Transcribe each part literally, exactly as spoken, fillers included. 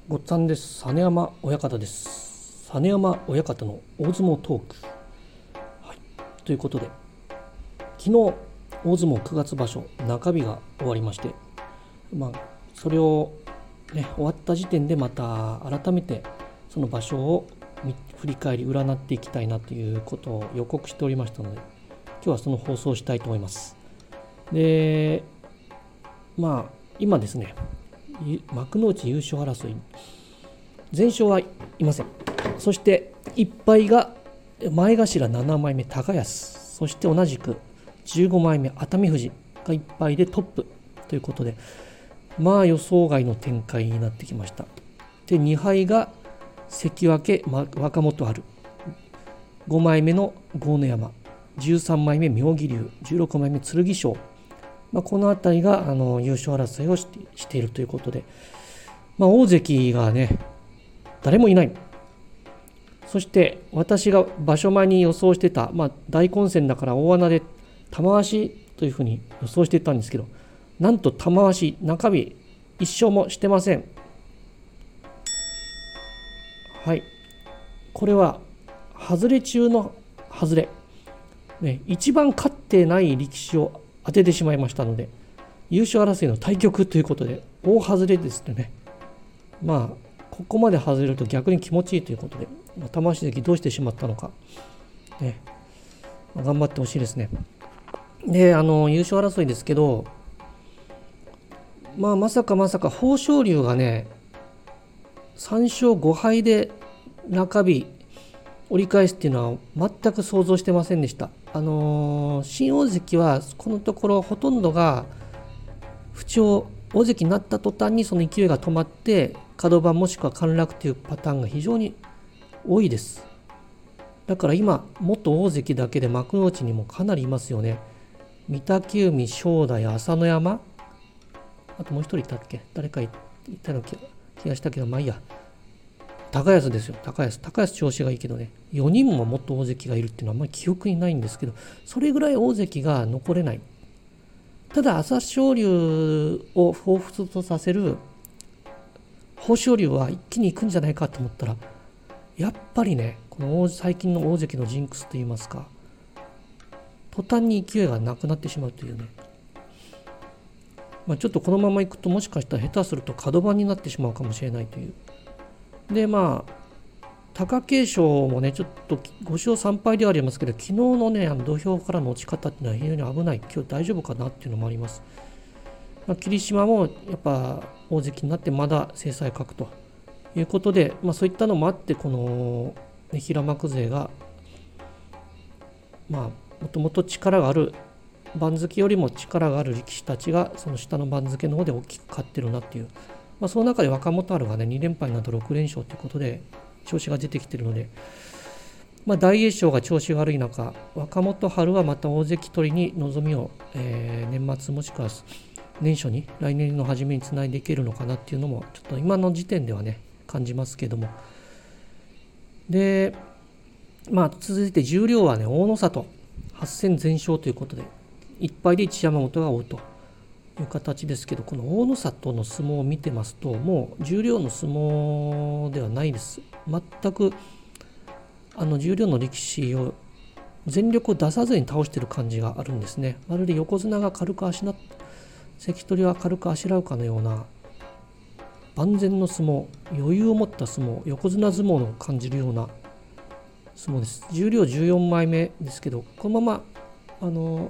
ごっつぁんです。実山親方です。実山親方の大相撲トーク、はい、ということで、昨日大相撲くがつ場所中日が終わりまして、まあ、それを、ね、終わった時点でまた改めてその場所を振り返り占っていきたいなということを予告しておりましたので、今日はその放送をしたいと思います。で、まあ今ですね、幕内優勝争い全勝はいません。そしていっぱいが前頭ななまいめ高安、そして同じくじゅうごまいめ熱海富士がいっぱいでトップということで、まあ予想外の展開になってきました。でにはいが関脇、ま、若元春、ごまいめの豪ノ山、じゅうさんまいめ妙義龍、じゅうろくまいめ剣翔、まあ、この辺りがあの優勝争いをして、しているということで、まあ、大関がね誰もいない。そして私が場所前に予想してた、まあ、大混戦だから大穴で玉鷲というふうに予想していたんですけど、なんと玉鷲中日一勝もしてません。はい、これは外れ中の外れ、ね、一番勝ってない力士を当ててしまいましたので、優勝争いの対局ということで大外れですね。まあここまで外れると逆に気持ちいいということで、玉鷲関どうしてしまったのか、ね、まあ、頑張ってほしいですね。で、あの優勝争いですけど、まあまさかまさか豊昇龍がねさん勝ご敗で中日折り返すっていうのは全く想像してませんでした。あのー、新大関はこのところほとんどが不調、大関になった途端にその勢いが止まって角番もしくは陥落というパターンが非常に多いです。だから今元大関だけで幕内にもかなりいますよね。御嶽海、正代、朝乃山、あともう一人いたっけ、誰かいたような気がしたけど、まあいいや。高安ですよ。高安高安調子がいいけどね、よにんも元大関がいるっていうのはあんまり記憶にないんですけど、それぐらい大関が残れない。ただ朝青龍を彷彿とさせる豊昇龍は一気に行くんじゃないかと思ったら、やっぱりね、この最近の大関のジンクスといいますか、途端に勢いがなくなってしまうというね、まあ、ちょっとこのままいくともしかしたら下手すると角番になってしまうかもしれないという。で、まあ貴景勝もねちょっとご勝さん敗ではありますけど、昨日のねあの土俵からの落ち方っていうのは非常に危ない。今日大丈夫かなっていうのもあります。まあ、霧島もやっぱ大関になってまだ精彩欠くということで、まあ、そういったのもあってこの、ね、平幕勢がまあもともと力がある番付よりも力がある力士たちがその下の番付の方で大きく勝ってるなっていう、まあ、その中で若元春がねに連敗などろく連勝ということで調子が出てきているので、まあ、大栄翔が調子が悪い中、若元春はまた大関取りに望みを、えー、年末もしくは年初に来年の初めにつないでいけるのかなっていうのもちょっと今の時点ではね感じますけども。で、まあ続いて十両はね大野里はち戦全勝ということでいっぱいで一山本が追うという形ですけど、この大野里の相撲を見てますともう十両の相撲ではないです。全くあの十両の力士を全力を出さずに倒している感じがあるんですね。まるで横綱が軽くあしな関取は軽くあしらうかのような万全の相撲、余裕を持った相撲、横綱相撲を感じるような相撲です。十両じゅうよんまいめですけど、このままあの、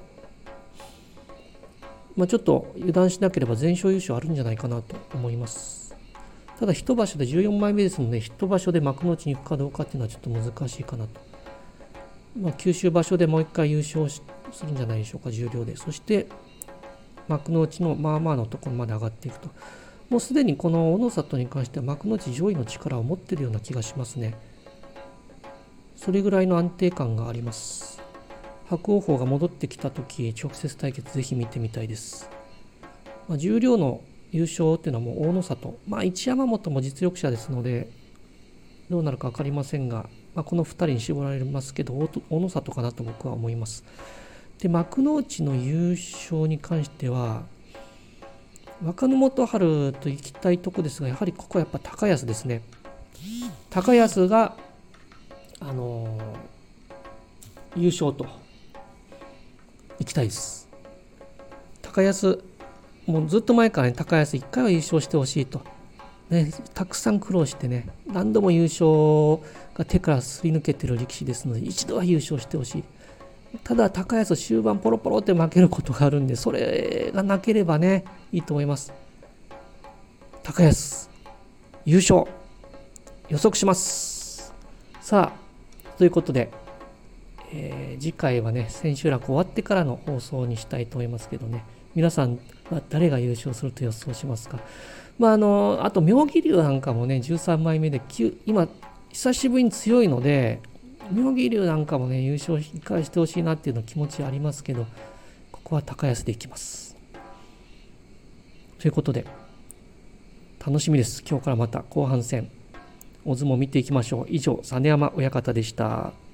まあ、ちょっと油断しなければ全勝優勝あるんじゃないかなと思います。ただ一場所でじゅうよんまいめですので、一場所で幕内に行くかどうかっていうのはちょっと難しいかなと。まあ、九州場所でもう一回優勝するんじゃないでしょうか、十両で。そして幕内のまあまあのところまで上がっていくと、もうすでにこの大野里に関しては幕内上位の力を持っているような気がしますね。それぐらいの安定感があります。伯桜鵬が戻ってきた時直接対決ぜひ見てみたいです。まあ、十両の優勝っていうのはもう大野里、まあ、一山本も実力者ですのでどうなるか分かりませんが、まあ、このふたりに絞られますけど大野里かなと僕は思います。で、幕内の優勝に関しては若野元春と行きたいとこですが、やはりここはやっぱ高安ですね。高安が、あのー、優勝と行きたいです。高安、もうずっと前からね、高安いっかいは優勝してほしいと、ね、たくさん苦労してね、何度も優勝が手からすり抜けてる力士ですので、一度は優勝してほしい。ただ高安終盤ポロポロって負けることがあるんで、それがなければね、いいと思います。高安優勝予測します。さあ、ということで、えー、次回はね、千秋楽終わってからの放送にしたいと思いますけどね、皆さんは誰が優勝すると予想しますか。まああのあと妙義龍なんかもね、じゅうさんまいめで今久しぶりに強いので、妙義龍なんかもね、優勝し返してほしいなっていうの気持ちありますけど、ここは高安でいきます。ということで楽しみです。今日からまた後半戦、大相撲見ていきましょう。以上、実山親方でした。